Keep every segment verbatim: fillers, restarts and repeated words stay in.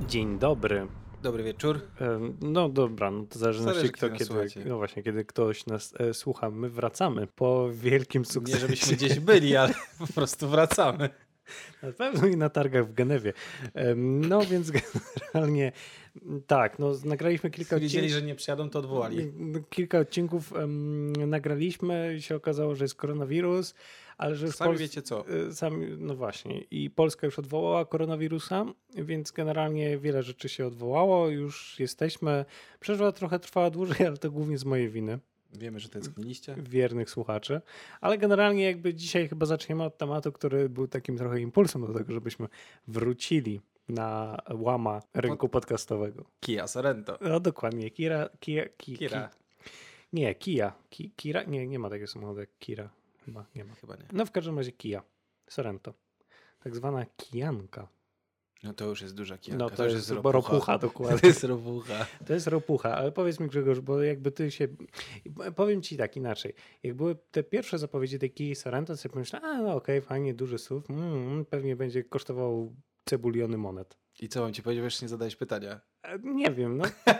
Dzień dobry. Dobry wieczór. Em, No dobra, no to w zależności Zależy, kto kiedy nas kiedy, słuchacie. no właśnie, kiedy ktoś nas e, słucha, my wracamy po wielkim Nie sukcesie. żebyśmy gdzieś byli, ale po prostu wracamy. Na pewno i na targach w Genewie. Em, No więc generalnie tak, no nagraliśmy kilka Wiedzieli, odcinków. że nie przyjadą, to odwołali. Kilka odcinków em, nagraliśmy i się okazało, że jest koronawirus, ale że w Sami Pols- wiecie co. y, Sami, no właśnie. I Polska już odwołała koronawirusa, więc generalnie wiele rzeczy się odwołało. Już jesteśmy. Przerwa trochę trwała dłużej, ale to głównie z mojej winy, Wiemy, że tęskniliście. wiernych słuchaczy. Ale generalnie jakby dzisiaj chyba zaczniemy od tematu, który był takim trochę impulsem do tego, żebyśmy wrócili na łama rynku podcastowego. Kia Sorento. No dokładnie. Kira, Kia, ki, Kira. Ki, nie, Kia. Ki, Kira? Nie, nie ma takiego samochodu jak Kira. Chyba nie ma. Chyba nie. No w każdym razie Kia. Sorento. Tak zwana kijanka. No to już jest duża kijanka. No to, jest, jest ropucha. ropucha dokładnie. To jest ropucha. To jest ropucha, ale powiedz mi Grzegorz, bo jakby ty się... Powiem ci tak inaczej. Jak były te pierwsze zapowiedzi tej Kii Sorento, to sobie pomyślałem, a no okej, okay, fajnie, duży S U V, mm, pewnie będzie kosztował cebuliony monet. I co mam ci powiedzieć, że nie zadałeś pytania? E, Nie wiem, no.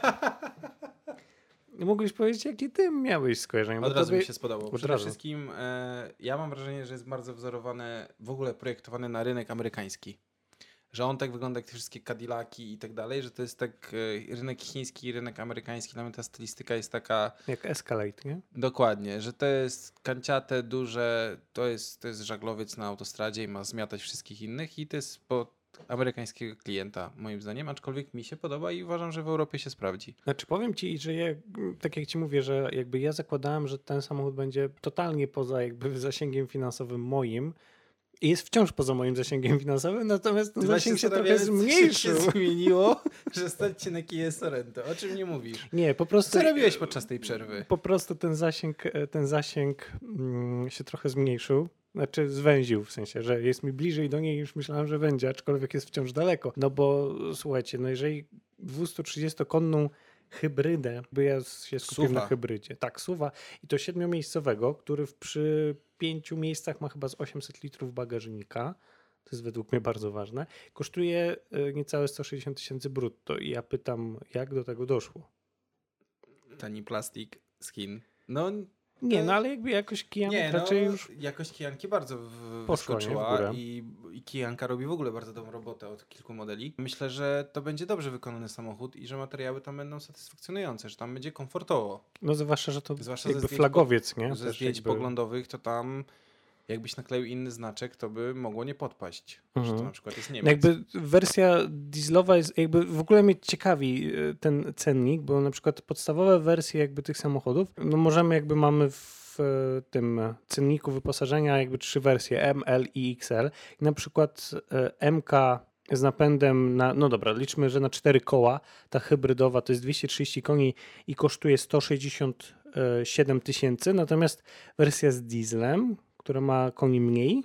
Mógłbyś powiedzieć, jakie ty miałeś skojarzenia? bo Od razu tobie- mi się spodobało. od Przede razu. wszystkim e, ja mam wrażenie, że jest bardzo wzorowane, w ogóle projektowane na rynek amerykański. Że on tak wygląda jak te wszystkie Cadillaki i tak dalej, że to jest tak e, rynek chiński, rynek amerykański, nawet ta stylistyka jest taka Jak Escalade, nie? dokładnie, że to jest kanciate, duże, to jest, to jest żaglowiec na autostradzie i ma zmiatać wszystkich innych i to jest pod amerykańskiego klienta moim zdaniem, aczkolwiek mi się podoba i uważam, że w Europie się sprawdzi. Znaczy powiem ci, że ja, tak jak ci mówię, że jakby ja zakładałem, że ten samochód będzie totalnie poza jakby zasięgiem finansowym moim i jest wciąż poza moim zasięgiem finansowym, natomiast ten Ty zasięg się trochę zastanawiałem, zmniejszył. co się zmieniło, że stać się na Kia Sorento. O czym nie mówisz? Nie, po prostu... Co robiłeś podczas tej przerwy? Po prostu ten zasięg, ten zasięg mm, się trochę zmniejszył. Znaczy zwęził, w sensie, że jest mi bliżej do niej niż myślałem, że będzie, aczkolwiek jest wciąż daleko. No bo słuchajcie, no jeżeli dwieście trzydziestokonną hybrydę, bo ja się skupiłem Suwa. na hybrydzie. Tak, suwa. I to siedmiomiejscowego, który w, przy pięciu miejscach ma chyba z osiemset litrów bagażnika. To jest według mnie bardzo ważne. Kosztuje y, niecałe sto sześćdziesiąt tysięcy brutto. I ja pytam, jak do tego doszło? Tani plastik, skin. No Nie, no ale jakby jakoś Kia nie, raczej no, już... jakość Kijanki bardzo w, Poszła, nie, w wyskoczyła górę. i, i Kijanka robi w ogóle bardzo dobrą robotę od kilku modeli. Myślę, że to będzie dobrze wykonany samochód i że materiały tam będą satysfakcjonujące, że tam będzie komfortowo. No zwłaszcza, że to Zwłaszcza ze jakby zdjęć flagowiec, nie? Ze Też zdjęć jakby... poglądowych to tam jakbyś nakleił inny znaczek, to by mogło nie podpaść. Mhm. Że to na przykład jest No Niemiec. jakby wersja dieslowa jest, jakby w ogóle mnie ciekawi y, ten cennik, bo na przykład podstawowe wersje jakby tych samochodów, no możemy jakby mamy w y, tym cenniku wyposażenia jakby trzy wersje M, L i X L. I na przykład y, M K z napędem na, no dobra, liczmy, że na cztery koła, ta hybrydowa to jest dwieście trzydzieści koni i kosztuje sto sześćdziesiąt siedem tysięcy, natomiast wersja z dieslem, która ma koni mniej,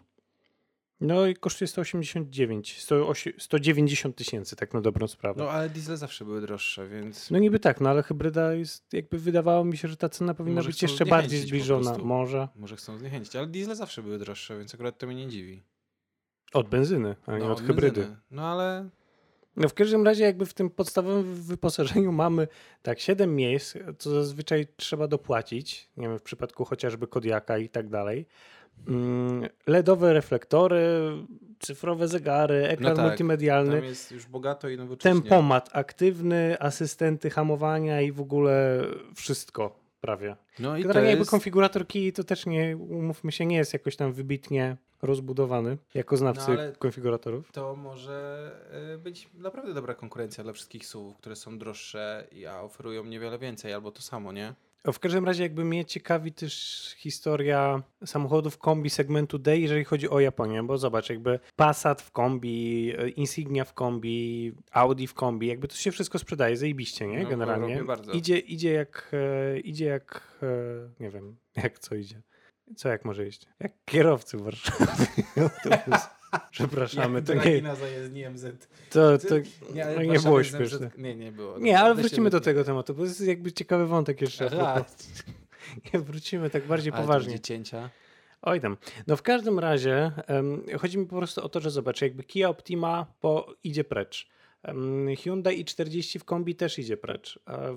no i kosztuje sto osiemdziesiąt dziewięć, sto dziewięćdziesiąt tysięcy, tak na dobrą sprawę. No ale diesle zawsze były droższe, więc No niby tak, no ale hybryda jest, jakby wydawało mi się, że ta cena powinna Może być chcą jeszcze bardziej zniechęcić po zbliżona. prostu. Może może chcą zniechęcić. Ale diesle zawsze były droższe, więc akurat to mnie nie dziwi. od benzyny, a nie No, od hybrydy. benzyny. No ale No w każdym razie jakby w tym podstawowym wyposażeniu mamy tak siedem miejsc, co zazwyczaj trzeba dopłacić, nie wiem, w przypadku chociażby Kodiaka i tak dalej. Mm, L E D owe reflektory, cyfrowe zegary, ekran No tak, multimedialny, tam jest już bogato i nowocześnie. tempomat aktywny, asystenty hamowania i w ogóle wszystko prawie. No i to Generalnie jakby jest... konfigurator Kii to też nie, umówmy się, nie jest jakoś tam wybitnie rozbudowany jako znawcy No, ale- konfiguratorów. To może y, być naprawdę dobra konkurencja dla wszystkich S U V-ów, które są droższe, i- a oferują niewiele więcej, albo to samo, nie? W każdym razie jakby mnie ciekawi też historia samochodów kombi segmentu D, jeżeli chodzi o Japonię, bo zobacz, jakby Passat w kombi, Insignia w kombi, Audi w kombi, jakby to się wszystko sprzedaje, zajebiście, nie? No, w Generalnie. Europie bardzo. Idzie, idzie jak, e, idzie jak, e, nie wiem, jak co idzie. Co jak może iść? Jak kierowcy w Warszawie. Autobus. Przepraszamy, to nie, na zajezdni M Z. to, to Nie, no ale nie Warszawa było jest M Z śmieszne. Nie, nie było. Nie, ale Weźcie wrócimy do wytnij. tego tematu, bo jest jakby ciekawy wątek jeszcze. a Aha. propos. Nie, wrócimy tak bardziej Ale to poważnie. będzie cięcia. Oj tam. No w każdym razie um, chodzi mi po prostu o to, że zobacz, jakby Kia Optima po, idzie precz. Hyundai i czterdzieści w kombi też idzie precz.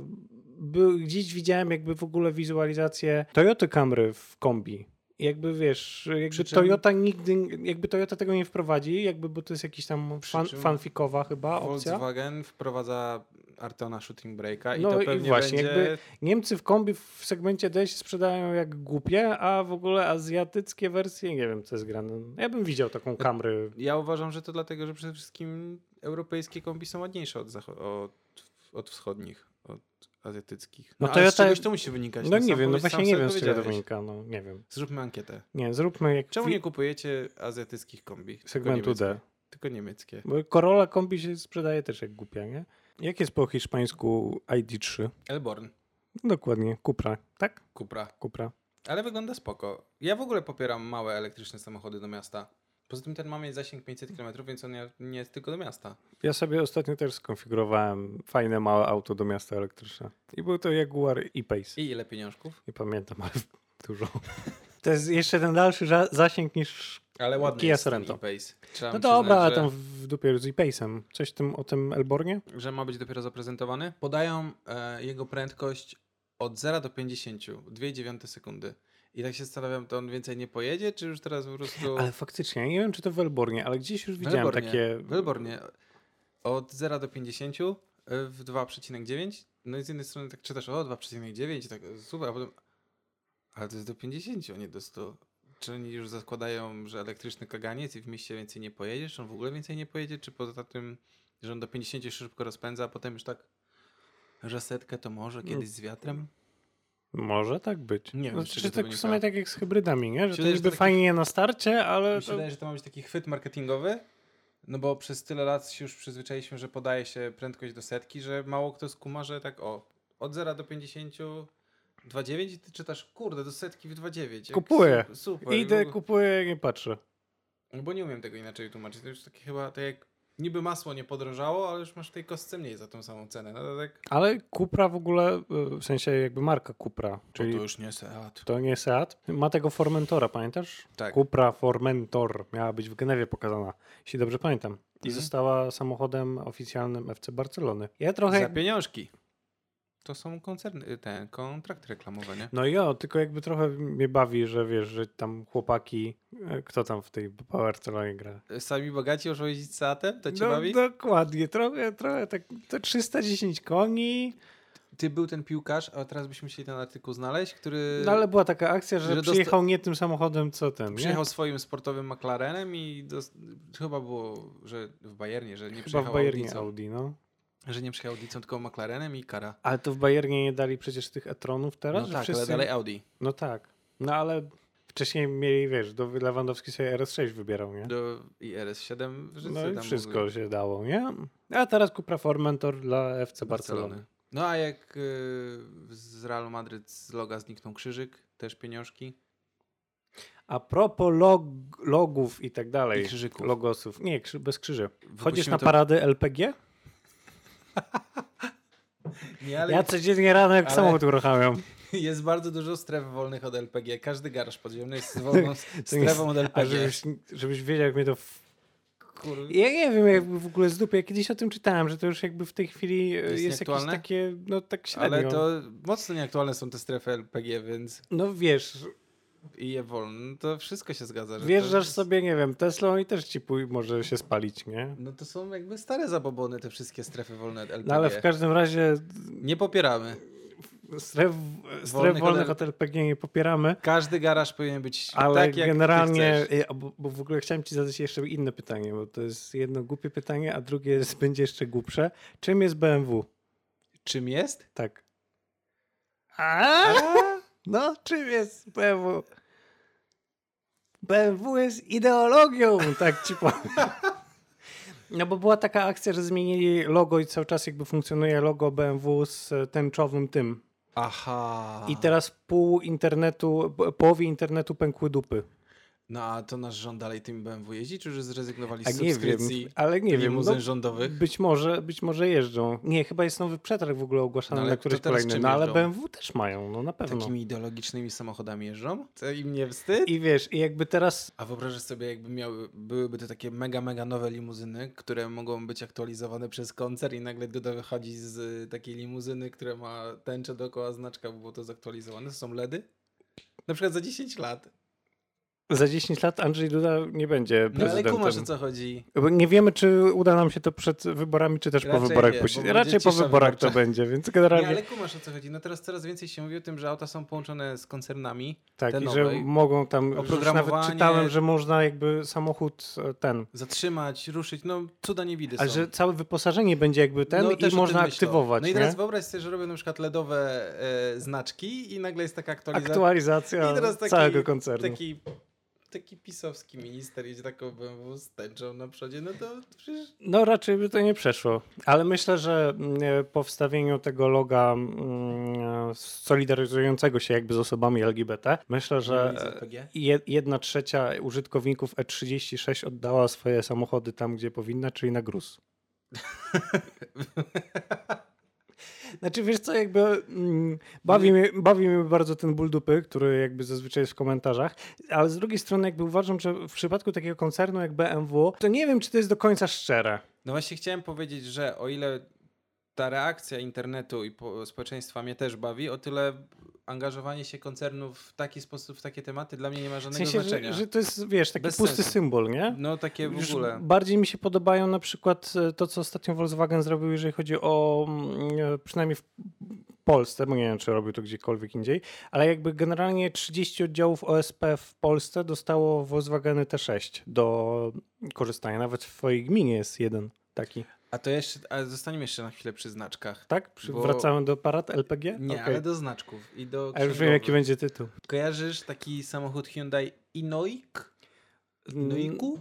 Był, gdzieś widziałem jakby w ogóle wizualizację Toyota Camry w kombi. Jakby wiesz, jakby czym, Toyota nigdy, jakby Toyota tego nie wprowadzi, jakby, bo to jest jakiś tam fan, fanfikowa chyba opcja. Volkswagen wprowadza Arteona Shooting Breaka i no to i pewnie właśnie, będzie... jakby Niemcy w kombi w segmencie D się sprzedają jak głupie, a w ogóle azjatyckie wersje, nie wiem co jest grane. Ja bym widział taką Camry. Ja uważam, że to dlatego, że przede wszystkim europejskie kombi są ładniejsze od, od, od wschodnich, od azjatyckich. No, no Toyota... z czegoś to musi wynikać. No nie wiem, no właśnie nie wiem z czego to wynika, no nie wiem. Zróbmy ankietę. Nie, zróbmy jak... Czemu nie kupujecie azjatyckich kombi? Segmentu D. Tylko niemieckie. Bo Corolla kombi się sprzedaje też jak głupia, nie? Jak jest po hiszpańsku I D trzy? Elborn. Dokładnie, Cupra, tak? Cupra. Cupra. Ale wygląda spoko. Ja w ogóle popieram małe elektryczne samochody do miasta. Poza tym ten ma mieć zasięg pięćset kilometrów, więc on nie jest tylko do miasta. Ja sobie ostatnio też skonfigurowałem fajne małe auto do miasta elektryczne. I był to Jaguar E-Pace. I ile pieniążków? Nie pamiętam, ale dużo. To jest jeszcze ten dalszy zasięg niż ale ładny Kia jest Sorento. E-Pace. Trzeba no dobra, ale tam w dupie z E-Pace'em. Coś tym, o tym Elbornie? Że ma być dopiero zaprezentowany. Podają e, jego prędkość od zera do pięćdziesięciu, dwie przecinek dziewięć sekundy. I tak się zastanawiam, to on więcej nie pojedzie, czy już teraz po prostu... Ale faktycznie, ja nie wiem, czy to w Elbornie, ale gdzieś już widziałem Elbornie, takie... W Elbornie. Od zera do pięćdziesięciu w dwa przecinek dziewięć. No i z jednej strony tak czytasz, o dwa przecinek dziewięć, tak super, a potem... Ale to jest do pięćdziesięciu, a nie do stu. Czy oni już zakładają, że elektryczny kaganiec i w mieście więcej nie pojedziesz? On w ogóle więcej nie pojedzie? Czy poza tym, że on do pięćdziesięciu szybko rozpędza, a potem już tak, że setkę to może kiedyś z wiatrem? Może tak być. Nie wiem, no, czy czy to tak w sumie tak jak z hybrydami, nie? Że to wydaje, niby że fajnie taki... na starcie, ale... Mi się to... wydaje, że to ma być taki chwyt marketingowy, no bo przez tyle lat się już przyzwyczailiśmy, że podaje się prędkość do setki, że mało kto skuma, że tak o, od zera do pięćdziesięciu dwa przecinek dziewięć i ty czytasz, kurde, do setki w dwa przecinek dziewięć. Kupuję. Super. super. Idę, ogóle... kupuję, nie patrzę. No bo nie umiem tego inaczej tłumaczyć. To już takie chyba, tak jak niby masło nie podrożało, ale już masz w tej kostce mniej za tą samą cenę. No to tak... Ale Cupra w ogóle, w sensie jakby marka Cupra. Czyli no to już nie Seat. To nie Seat. Ma tego Formentora, pamiętasz? Tak. Cupra Formentor miała być w Genewie pokazana, jeśli dobrze pamiętam. I mhm. została samochodem oficjalnym F C Barcelony. Ja trochę... Za pieniążki. To są koncerny, ten, kontrakty reklamowe, nie? No ja, tylko jakby trochę mnie bawi, że wiesz, że tam chłopaki, kto tam w tej Barcelonie gra? Sami bogaci muszą jeździć Seatem? To cię no, bawi? Dokładnie, trochę, trochę tak, to trzysta dziesięć koni. Ty był ten piłkarz, a teraz byśmy chcieli ten artykuł znaleźć, który... No ale była taka akcja, że, że przyjechał dosta... nie tym samochodem, co ten, Przyjechał nie? swoim sportowym McLarenem i dost... chyba było, że w Bayernie, że nie chyba przyjechał w Bayernie Audicą. Audi, no. Że nie przyjechał Audicą, tylko McLarenem i Kara. Ale to w Bayernie nie dali przecież tych e-tronów teraz? No że tak, wszyscy... ale dalej Audi. No tak. No ale wcześniej mieli, wiesz, do Lewandowski sobie R S sześć wybierał, nie? Do i R S siedem. No i wszystko mówię. się dało, nie? A teraz Cupra Formentor dla F C Barcelony. Barcelony. No a jak yy, z Realu Madryt z loga zniknął krzyżyk, też pieniążki. A propos log, logów i tak dalej. I krzyżyków. Logosów. Nie, krzy, bez krzyży. Wypuścimy Chodzisz na to... parady L P G? Nie, ale... Ja codziennie rano jak ale... samochód uruchamiam. Jest bardzo dużo stref wolnych od L P G. Każdy garaż podziemny jest wolną strefą od L P G. A żebyś, żebyś wiedział, jak mnie to... W... Kur... Ja nie wiem, jakby w ogóle z dupy. Ja kiedyś o tym czytałem, że to już jakby w tej chwili jest, jest jakieś takie, no tak średnio. Ale to mocno nieaktualne są te strefy L P G, więc... No wiesz... I je wolno, no to wszystko się zgadza. Że Wjeżdżasz jest... sobie, nie wiem, Teslą i też ci pój- może się spalić, nie? No to są jakby stare zabobony, te wszystkie strefy wolne od L P G. No ale w każdym razie... Nie popieramy. Stref, stref wolnych, wolnych od L P G nie popieramy. Każdy garaż powinien być ale tak, jak generalnie, bo, bo w ogóle chciałem ci zadać jeszcze inne pytanie, bo to jest jedno głupie pytanie, a drugie jest, będzie jeszcze głupsze. Czym jest B M W? Czym jest? Tak. A? No, czym jest B M W? B M W jest ideologią, tak ci powiem. No bo była taka akcja, że zmienili logo i cały czas jakby funkcjonuje logo B M W z tęczowym tym. Aha. I teraz pół internetu, połowie internetu pękły dupy. No a to nasz rząd dalej tym B M W jeździ, czy już zrezygnowali A z nie subskrypcji wiem, ale nie wiem. limuzyn No, rządowych? być może, być może jeżdżą. Nie, chyba jest nowy przetarg w ogóle ogłaszany No, ale na to któryś teraz kolejny. czym No ale jeżdżą? B M W też mają, no na pewno. Takimi ideologicznymi samochodami jeżdżą? Co im nie wstyd? I wiesz, i jakby teraz... A wyobrażasz sobie, jakby miały, byłyby to takie mega, mega nowe limuzyny, które mogą być aktualizowane przez koncern i nagle Duda wychodzi z y, takiej limuzyny, która ma tęczę dookoła znaczka, bo było to zaktualizowane. To są L E D y? Na przykład za dziesięć lat. Za dziesięć lat Andrzej Duda nie będzie No ale prezydentem. kumasz, o co chodzi. Bo nie wiemy, czy uda nam się to przed wyborami, czy też Raczej po wyborach nie, puścić. bo Raczej będzie po cisza wyborach to wyborcza. będzie, więc Nie, generalnie ale kumasz, o co chodzi. No teraz coraz więcej się mówi o tym, że auta są połączone z koncernami. tak, te i nowe. że mogą tam, już nawet Oprogramowanie. czytałem, że można jakby samochód e, ten, Zatrzymać, ruszyć, no cuda niewidy a są. że całe wyposażenie będzie jakby ten No, i też o można tym myślą. aktywować, No i teraz nie? wyobraź sobie, że robią na przykład L E D owe e, znaczki i nagle jest taka aktualizacja. Aktualizacja I teraz taki, całego koncernu. Taki, taki pisowski minister jedzie taką B M W z tęczą na przodzie, no to przecież... No raczej by to nie przeszło, ale myślę, że mm, e, po wstawieniu tego loga mm, e, solidaryzującego się jakby z osobami L G B T, myślę, że Nie, z e, L P G? je- jedna trzecia użytkowników E trzydzieści sześć oddała swoje samochody tam, gdzie powinna, czyli na gruz. Znaczy wiesz co, jakby mm, bawi, mnie, bawi mnie bardzo ten ból dupy, który jakby zazwyczaj jest w komentarzach, ale z drugiej strony jakby uważam, że w przypadku takiego koncernu jak B M W, to nie wiem, czy to jest do końca szczere. No właśnie chciałem powiedzieć, że o ile ta reakcja internetu i po, społeczeństwa mnie też bawi, o tyle angażowanie się koncernów w taki sposób, w takie tematy dla mnie nie ma W żadnego sensie, znaczenia. że, że to jest, wiesz, taki Bez pusty sensu. symbol, nie? No takie w Już ogóle. bardziej mi się podobają na przykład e, to, co ostatnio Volkswagen zrobił, jeżeli chodzi o mm, e, przynajmniej w Polsce, bo nie wiem, czy robił to gdziekolwiek indziej, ale jakby generalnie trzydzieści oddziałów O S P w Polsce dostało Volkswageny T sześć do korzystania. Nawet w twojej gminie jest jeden taki. A to jeszcze, ale zostaniemy jeszcze na chwilę przy znaczkach. Tak? Przy, Bo- Wracamy do parad L P G? Nie, Okej. ale do znaczków i do A już wiem, księgowych. jaki będzie tytuł. Kojarzysz taki samochód Hyundai Ioniq? Ioniqu?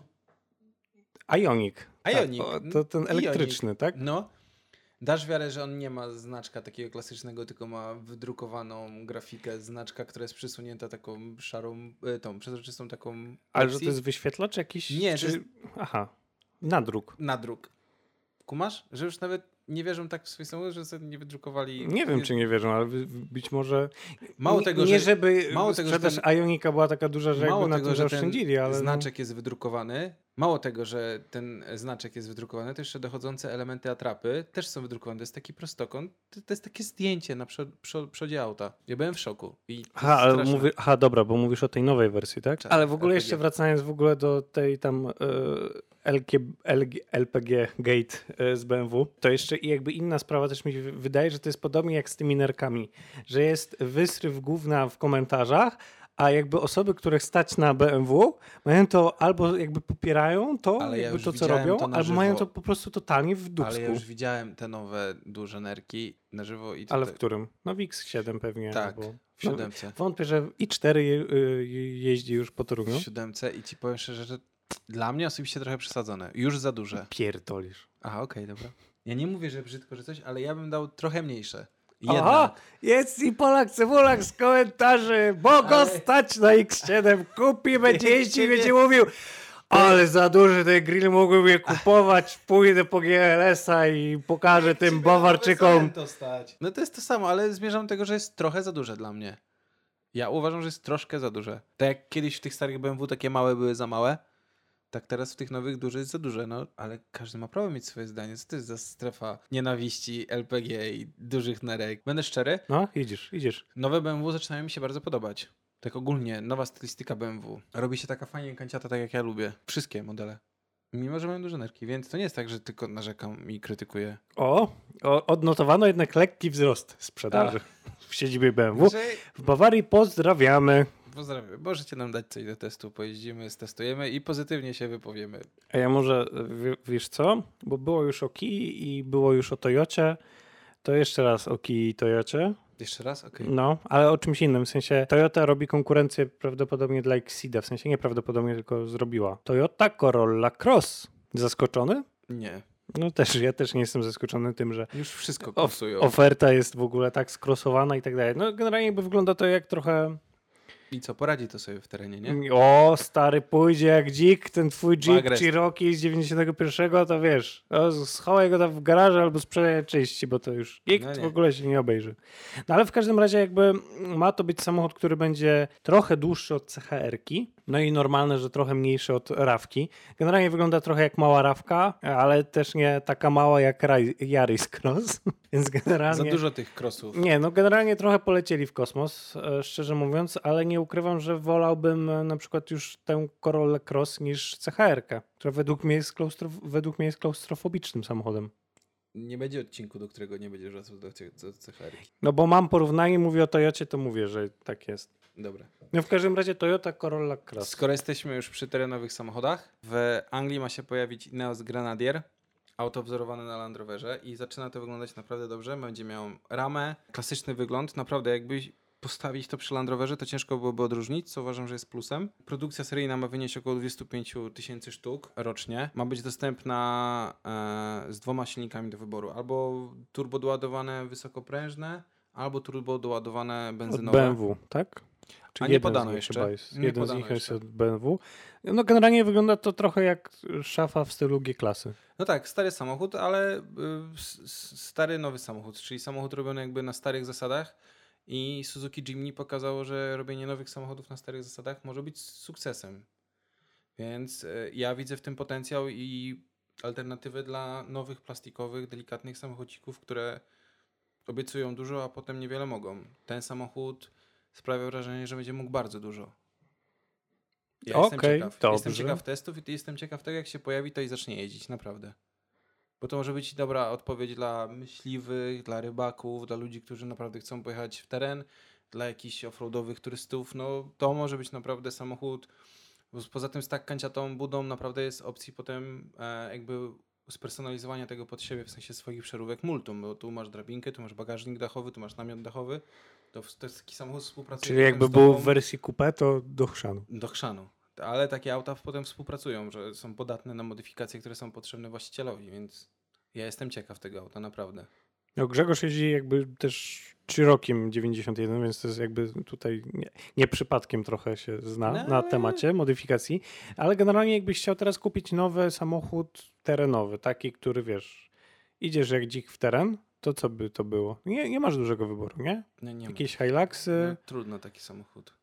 Ioniq. Ioniq. Tak, o, to ten Ioniq. elektryczny, tak? No. Dasz wiarę, że on nie ma znaczka takiego klasycznego, tylko ma wydrukowaną grafikę znaczka, która jest przysunięta taką szarą, e, tą przezroczystą taką Ale że Pepsi. to jest wyświetlacz jakiś? Nie, czy... to jest- Aha, nadruk. nadruk. Kumasz? Że już nawet nie wierzą tak w swój samochód, że sobie nie wydrukowali... Nie wiem, czy nie wierzą, ale wy- być może... Mało nie, tego, nie że- żeby mało tego, że sprzedaż ten- Ionika była taka duża, że Mało jakby na tego, tym że ten zaoszczędzili, ale... znaczek jest wydrukowany, mało tego, że ten znaczek jest wydrukowany, to jeszcze dochodzące elementy atrapy też są wydrukowane. To jest taki prostokąt, to, to jest takie zdjęcie na przod, przod, przodzie auta. Ja byłem w szoku. I to Aha, jest ale straszne. mówię, aha, dobra, bo mówisz o tej nowej wersji, tak? Tak, Ale w ogóle L P G. jeszcze wracając w ogóle do tej tam e, L G, L G, L P G Gate e, z B M W, to jeszcze i jakby inna sprawa też mi się wydaje, że to jest podobnie jak z tymi nerkami, że jest wysryw gówna w komentarzach, a jakby osoby, których stać na B M W, mają to albo jakby popierają to, Ale ja jakby już to, co widziałem robią, to na albo mają żywo. to po prostu totalnie w dupsku. Ale ja już widziałem te nowe duże nerki na żywo i to Ale te- w którym? No w X siedem pewnie. Tak, albo... w siódemce. No, wątpię, że i cztery je, y, jeździ już po Toruniu. W siódemce i ci powiem szczerze, że dla mnie osobiście trochę przesadzone. Już za duże. Pierdolisz. Aha, okej, dobra. Ja nie mówię, że brzydko, że coś, ale ja bym dał trochę mniejsze. Aha, Jednak. jest i Polak Cebulak z komentarzy, bo go Ale- stać na X siedem, kupi, będzie jeździł, Ciebie- będzie mówił, ale za duży ten grill, mógłbym je kupować, pójdę po G L S-a i pokażę tym Bawarczykom. To stać. No to jest to samo, ale zmierzam do tego, że jest trochę za duże dla mnie. Ja uważam, że jest troszkę za duże. Tak jak kiedyś w tych starych B M W takie małe były za małe, tak teraz w tych nowych duże jest za duże. No, ale każdy ma prawo mieć swoje zdanie. Co to jest za strefa nienawiści, L P G i dużych nerek? Będę szczery, No, idziesz, idziesz. nowe B M W zaczynają mi się bardzo podobać. Tak ogólnie, nowa stylistyka B M W. Robi się taka fajnie kanciata, tak jak ja lubię. Wszystkie modele. Mimo, że mają duże nerki, więc to nie jest tak, że tylko narzekam i krytykuję. O, o odnotowano jednak lekki wzrost sprzedaży w siedzibie B M W. Znaczy, W Bawarii pozdrawiamy. pozdrawiam. Możecie nam dać coś do testu, pojeździmy, stestujemy i pozytywnie się wypowiemy. A ja może, w- wiesz co, bo było już o Kii i było już o Toyocie, to jeszcze raz o Kii i Toyocie. Jeszcze raz? Okej. No, ale o czymś innym, w sensie Toyota robi konkurencję prawdopodobnie dla Exceeda, w sensie nie prawdopodobnie, tylko zrobiła. Toyota Corolla Cross. Zaskoczony? Nie. No też, ja też nie jestem zaskoczony tym, że Już wszystko of, kosztują. oferta jest w ogóle tak skrosowana i tak dalej. No generalnie jakby wygląda to jak trochę I co, poradzi to sobie w terenie, nie? O, stary, pójdzie jak dzik, ten twój Jeep Magres. Cherokee z dziewięćdziesiątego pierwszego, to wiesz, o, schowaj go tam w garażu albo sprzedaj części, bo to już nikt No nie. w ogóle się nie obejrzy. No ale w każdym razie jakby ma to być samochód, który będzie trochę dłuższy od C H R-ki, no i normalne, że trochę mniejszy od Rawki. Generalnie wygląda trochę jak mała Rawka, ale też nie taka mała jak Rai- Yaris Cross, więc generalnie... Za dużo tych crossów. Nie, no generalnie trochę polecieli w kosmos, e, szczerze mówiąc, ale nie ukrywam, że wolałbym e, na przykład już tę Corollę Cross niż C H R-kę, która według mnie jest, klaustrof- według mnie jest klaustrofobicznym samochodem. Nie będzie odcinku, do którego nie będzie wracał do, do C H R-ki. No bo mam porównanie, mówię o Toyocie, to mówię, że tak jest. Dobra. No w każdym razie Toyota Corolla Cross. Skoro jesteśmy już przy terenowych samochodach, w Anglii ma się pojawić Ineos Grenadier, auto wzorowane na Land Roverze i zaczyna to wyglądać naprawdę dobrze. Będzie miał ramę, klasyczny wygląd. Naprawdę jakbyś postawić to przy Land Roverze, to ciężko byłoby odróżnić, co uważam, że jest plusem. Produkcja seryjna ma wynieść około dwieście pięć tysięcy sztuk rocznie. Ma być dostępna e, z dwoma silnikami do wyboru. Albo turbo doładowane wysokoprężne, albo turbo doładowane Od benzynowe. B M W, tak? Czy A nie jeden podano z nich jeszcze. chyba jest. Nie Jeden z podano nich jest jeszcze. od B M W. No generalnie wygląda to trochę jak szafa w stylu G-klasy. No tak, stary samochód, ale y, s- s- stary nowy samochód, czyli samochód robiony jakby na starych zasadach i Suzuki Jimny pokazało, że robienie nowych samochodów na starych zasadach może być sukcesem. Więc y, ja widzę w tym potencjał i alternatywę dla nowych plastikowych, delikatnych samochodzików, które obiecują dużo, a potem niewiele mogą. Ten samochód sprawia wrażenie, że będzie mógł bardzo dużo. Ja jestem Okej, ciekaw. dobrze. Jestem ciekaw testów i jestem ciekaw tego, jak się pojawi to i zacznie jeździć, naprawdę. Bo to może być dobra odpowiedź dla myśliwych, dla rybaków, dla ludzi, którzy naprawdę chcą pojechać w teren, dla jakichś offroadowych turystów. No to może być naprawdę samochód. Bo poza tym z tak kanciatą budą naprawdę jest opcji potem e, jakby spersonalizowania tego pod siebie, w sensie swoich przeróbek multum, bo tu masz drabinkę, tu masz bagażnik dachowy, tu masz namiot dachowy. To, w- to jest taki samochód współpracuje. Czyli potem jakby z było tobą w wersji coupé, to do chrzanu. do chrzanu. Ale takie auta potem współpracują, że są podatne na modyfikacje, które są potrzebne właścicielowi, więc ja jestem ciekaw tego auta, naprawdę. No Grzegorz jeździ jakby też Cherokiem dziewięćdziesiąt jeden, więc to jest jakby tutaj nie, nie przypadkiem trochę się zna No, na ale- temacie modyfikacji, ale generalnie jakbyś chciał teraz kupić nowy samochód terenowy, taki, który wiesz, idziesz jak dzik w teren, to co by to było? Nie, nie masz dużego wyboru, nie? Nie, nie ma. Jakieś Hiluxy, No, trudno taki samochód.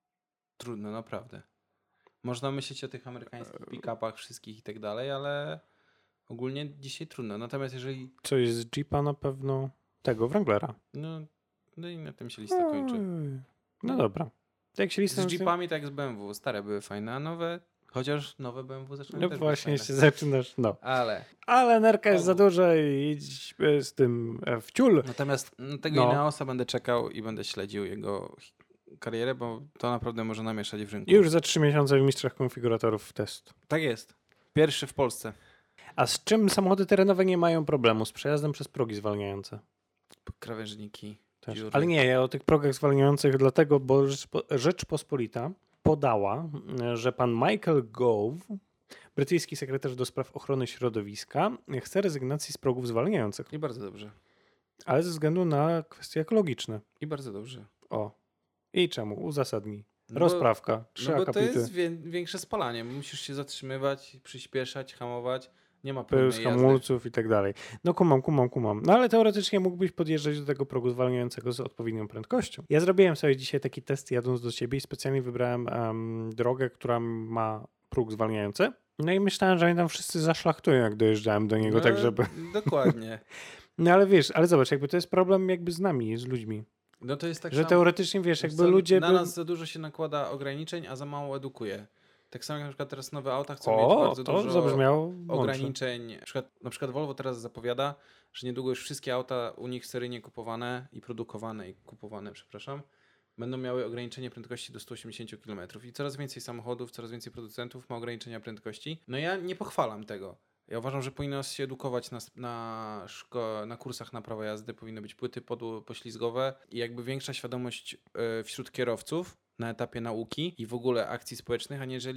Trudno, naprawdę. Można myśleć o tych amerykańskich pick-upach wszystkich i tak dalej, ale ogólnie dzisiaj trudno. Natomiast jeżeli... coś z Jeepa na pewno, tego Wranglera. No, no i na tym się lista kończy. Oj. No dobra. To jak się listę Z Jeepami tak jak z B M W. Stare były fajne, a nowe... Chociaż nowe B M W zaczynają No też właśnie być się fajne. zaczynasz, no. Ale... Ale nerka jest O. za duża i idź e, z tym e, w ciul. Natomiast na tego No. Ineosa będę czekał i będę śledził jego hi- karierę, bo to naprawdę może namieszać w rynku. I już za trzy miesiące w Mistrzach Konfiguratorów test. Tak jest. Pierwszy w Polsce. A z czym samochody terenowe nie mają problemu? Z przejazdem przez progi zwalniające. Krawężniki. Też. dziury. Ale nie, ja o tych progach zwalniających dlatego, bo Rzeczpo- Rzeczpospolita podała, że pan Michael Gove, brytyjski sekretarz do spraw ochrony środowiska, chce rezygnacji z progów zwalniających, I bardzo dobrze. ale ze względu na kwestie ekologiczne. I bardzo dobrze. O. I czemu? Uzasadnij. No Rozprawka. Trzy Bo, no bo to akapity. jest wie, większe spalanie. Musisz się zatrzymywać, przyspieszać, hamować. Nie ma Pył z pełnej jazdy. hamulców i tak dalej. No kumam, kumam, kumam. No ale teoretycznie mógłbyś podjeżdżać do tego progu zwalniającego z odpowiednią prędkością. Ja zrobiłem sobie dzisiaj taki test jadąc do ciebie i specjalnie wybrałem em, drogę, która ma próg zwalniający. No i myślałem, że oni tam wszyscy zaszlachtują, jak dojeżdżałem do niego, No, tak żeby... Dokładnie. No ale wiesz, ale zobacz, jakby to jest problem jakby z nami, z ludźmi. No to jest tak Że samo. teoretycznie, wiesz, jakby Co, ludzie... Na by- nas za dużo się nakłada ograniczeń, a za mało edukuje. Tak samo jak na przykład teraz nowe auta chcą mieć O, bardzo to dużo zabrzmiało mądrze. ograniczeń. Na przykład, na przykład Volvo teraz zapowiada, że niedługo już wszystkie auta u nich seryjnie kupowane i produkowane i kupowane, przepraszam, będą miały ograniczenie prędkości do sto osiemdziesiąt kilometrów. I coraz więcej samochodów, coraz więcej producentów ma ograniczenia prędkości. No ja nie pochwalam tego. Ja uważam, że powinno się edukować na, na, szko- na kursach na prawo jazdy, powinny być płyty podło- poślizgowe i jakby większa świadomość y, wśród kierowców na etapie nauki i w ogóle akcji społecznych, aniżeli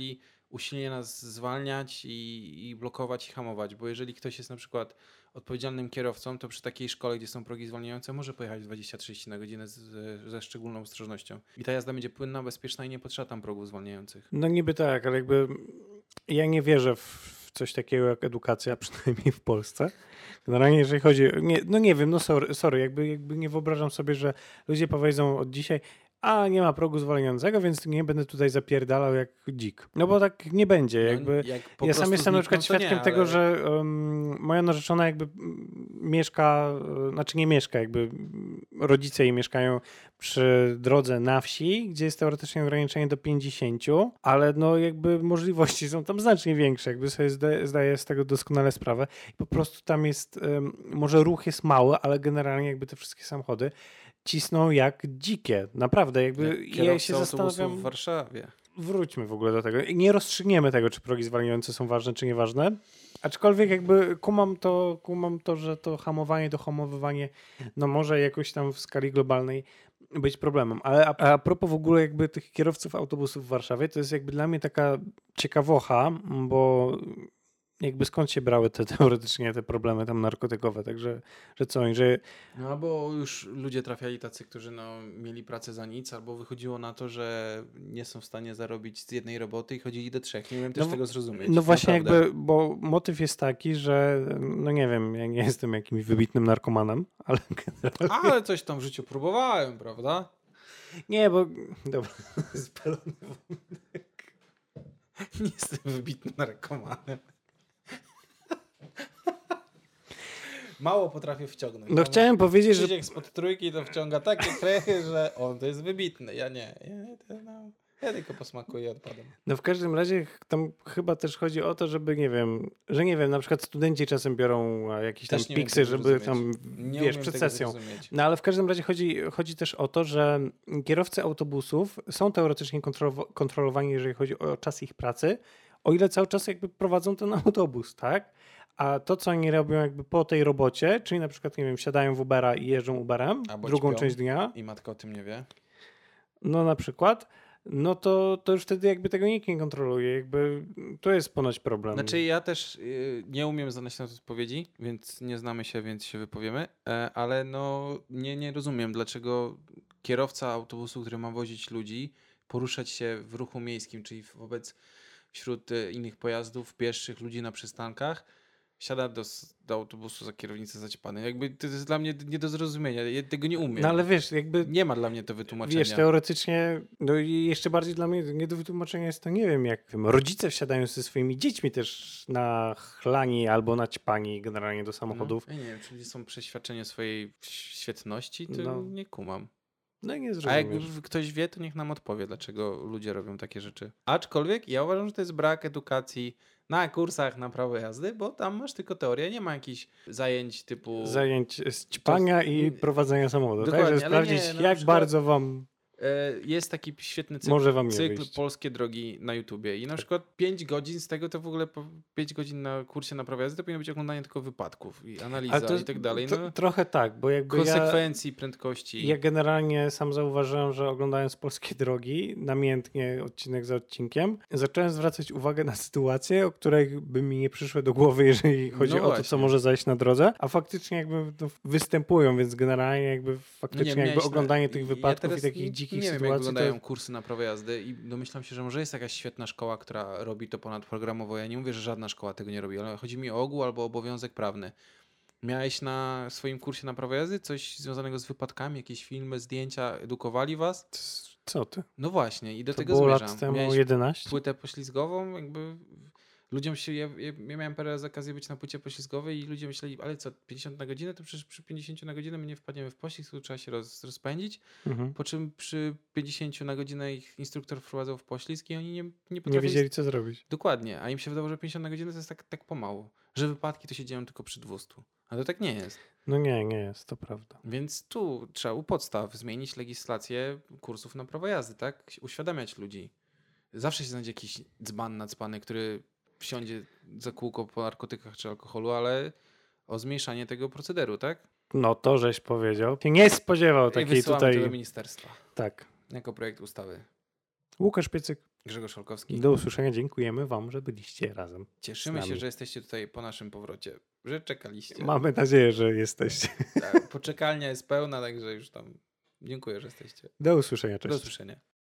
usilnie nas zwalniać i, i blokować i hamować, bo jeżeli ktoś jest na przykład odpowiedzialnym kierowcą, to przy takiej szkole, gdzie są progi zwalniające, może pojechać dwadzieścia trzydzieści na godzinę z, ze szczególną ostrożnością. I ta jazda będzie płynna, bezpieczna i nie potrzeba tam progów zwalniających. No niby tak, ale jakby ja nie wierzę w coś takiego jak edukacja, przynajmniej w Polsce. Generalnie jeżeli chodzi, nie, no nie wiem, no sorry, sorry jakby, jakby nie wyobrażam sobie, że ludzie powiedzą od dzisiaj, a nie ma progu zwalniającego, więc nie będę tutaj zapierdalał jak dzik. No bo tak nie będzie. Jakby. No, jak ja sam jestem na przykład świadkiem nie, tego, ale... że um, moja narzeczona jakby mieszka, znaczy nie mieszka, jakby rodzice jej mieszkają przy drodze na wsi, gdzie jest teoretycznie ograniczenie do pięćdziesięciu, ale no jakby możliwości są tam znacznie większe, jakby sobie zdaję, zdaję z tego doskonale sprawę. I po prostu tam jest, um, może ruch jest mały, ale generalnie jakby te wszystkie samochody cisną jak dzikie. Naprawdę, jakby jak ja się zastanawiam... w Warszawie. Wróćmy w ogóle do tego. Nie rozstrzygniemy tego, czy progi zwalniające są ważne, czy nieważne. Aczkolwiek jakby kumam to, kumam to, że to hamowanie, dohamowywanie no może jakoś tam w skali globalnej być problemem. Ale a, a propos w ogóle jakby tych kierowców autobusów w Warszawie, to jest jakby dla mnie taka ciekawocha, bo jakby skąd się brały te teoretycznie te problemy tam narkotykowe, także że co, że... No albo już ludzie trafiali tacy, którzy no, mieli pracę za nic, albo wychodziło na to, że nie są w stanie zarobić z jednej roboty i chodzili do trzech. Nie wiem też no, tego zrozumieć. No właśnie naprawdę. jakby, bo motyw jest taki, że no nie wiem, ja nie jestem jakimś wybitnym narkomanem, ale generalnie... Ale coś tam w życiu próbowałem, prawda? Nie, bo... Dobra, spalony wątek. Nie jestem wybitnym narkomanem. Mało potrafię wciągnąć. No Tam chciałem powiedzieć, że... Krzysiek spod trójki to wciąga takie krechy, że on to jest wybitny. Ja nie. Ja, to, no, ja tylko posmakuję i odpadam. No w każdym razie tam chyba też chodzi o to, żeby nie wiem, że nie wiem, na przykład studenci czasem biorą jakieś Też tam nie piksy, żeby zrozumieć. tam, Nie wiesz, umiem przed tego sesją. zrozumieć. No ale w każdym razie chodzi, chodzi też o to, że kierowcy autobusów są teoretycznie kontrolo- kontrolowani, jeżeli chodzi o czas ich pracy, o ile cały czas jakby prowadzą ten autobus, tak? A to, co oni robią jakby po tej robocie, czyli na przykład, nie wiem, siadają w Ubera i jeżdżą Uberem Albo drugą ćpią część dnia. I matka o tym nie wie. No na przykład, no to, to już wtedy jakby tego nikt nie kontroluje. Jakby to jest ponoć problem. Znaczy ja też y, nie umiem znaleźć na to odpowiedzi, więc nie znamy się, więc się wypowiemy, e, ale no nie, nie rozumiem, dlaczego kierowca autobusu, który ma wozić ludzi, poruszać się w ruchu miejskim, czyli wobec wśród y, innych pojazdów, pieszych, ludzi na przystankach, siada do, do autobusu za kierownicę zaćpany. Jakby to jest dla mnie nie do zrozumienia. Ja tego nie umiem. No ale wiesz, jakby... Nie ma dla mnie to wytłumaczenia. Wiesz, teoretycznie, no i jeszcze bardziej dla mnie nie do wytłumaczenia jest to, nie wiem, jak wiem, rodzice wsiadają ze swoimi dziećmi też na chlani albo na ćpani generalnie do samochodów. No, ja nie wiem, czy ludzie są przeświadczeni o swojej świetności, to No. nie kumam. No i nie A zrozumiesz. jak ktoś wie, to niech nam odpowie, dlaczego ludzie robią takie rzeczy. Aczkolwiek ja uważam, że to jest brak edukacji na kursach na prawo jazdy, bo tam masz tylko teorię, nie ma jakichś zajęć typu... Zajęć z ćpania To- i prowadzenia samochodu, tak? Dokładnie, Żeby ale sprawdzić, nie, no na jak przykład- bardzo wam E, Jest taki świetny cykl, może wam nie cykl wyjść. Polskie Drogi na YouTubie i na przykład pięć godzin z tego to w ogóle po pięć godzin na kursie na prawo jazdy to powinno być oglądanie tylko wypadków i analiza Ale to, i tak dalej. to, No, trochę tak, bo jakby ja, konsekwencji, prędkości. ja generalnie sam zauważyłem, że oglądając Polskie Drogi, namiętnie odcinek za odcinkiem, zacząłem zwracać uwagę na sytuacje, o których by mi nie przyszły do głowy, jeżeli chodzi No o to, co właśnie. może zajść na drodze, a faktycznie jakby no, występują, więc generalnie jakby faktycznie jakby miałeś na- oglądanie tych ja wypadków teraz i takich nie- dzikich nie wiem, jak sytuacji, wyglądają to kursy na prawo jazdy i domyślam się, że może jest jakaś świetna szkoła, która robi to ponadprogramowo. Ja nie mówię, że żadna szkoła tego nie robi, ale chodzi mi o ogół albo obowiązek prawny. Miałeś na swoim kursie na prawo jazdy coś związanego z wypadkami, jakieś filmy, zdjęcia, edukowali was? co ty? No właśnie i do To tego było zmierzam. lat temu Miałeś jedenaście? płytę poślizgową, jakby ludziom się, ja, ja ja miałem parę razy okazję być na płycie poślizgowej i ludzie myśleli, ale co, pięćdziesiąt na godzinę, to przecież przy pięćdziesiąt na godzinę my nie wpadniemy w poślizg, tu trzeba się roz, rozpędzić, Mhm. po czym przy pięćdziesiąt na godzinę ich instruktor wprowadzał w poślizg i oni nie, nie Nie potrafili... wiedzieli, co zrobić. Dokładnie, a im się wydawało, że pięćdziesiąt na godzinę to jest tak, tak pomału, że wypadki to się dzieją tylko przy dwieście, a to tak nie jest. No nie, nie jest, to prawda. Więc tu trzeba u podstaw zmienić legislację kursów na prawo jazdy, tak? Uświadamiać ludzi. Zawsze się znajdzie jakiś dzban nacpany, który wsiądzie za kółko po narkotykach czy alkoholu, ale o zmniejszanie tego procederu, tak? No to żeś powiedział. Się nie spodziewał I takiej wysyłamy to do tutaj... ministerstwa Tak. jako projekt ustawy. Łukasz Piecyk, Grzegorz Olkowski. Do usłyszenia. Dziękujemy wam, że byliście razem. Cieszymy się, że jesteście tutaj po naszym powrocie, że czekaliście. Mamy nadzieję, że jesteście. Tak, poczekalnia jest pełna, także już tam dziękuję, że jesteście. Do usłyszenia. Cześć. Do usłyszenia.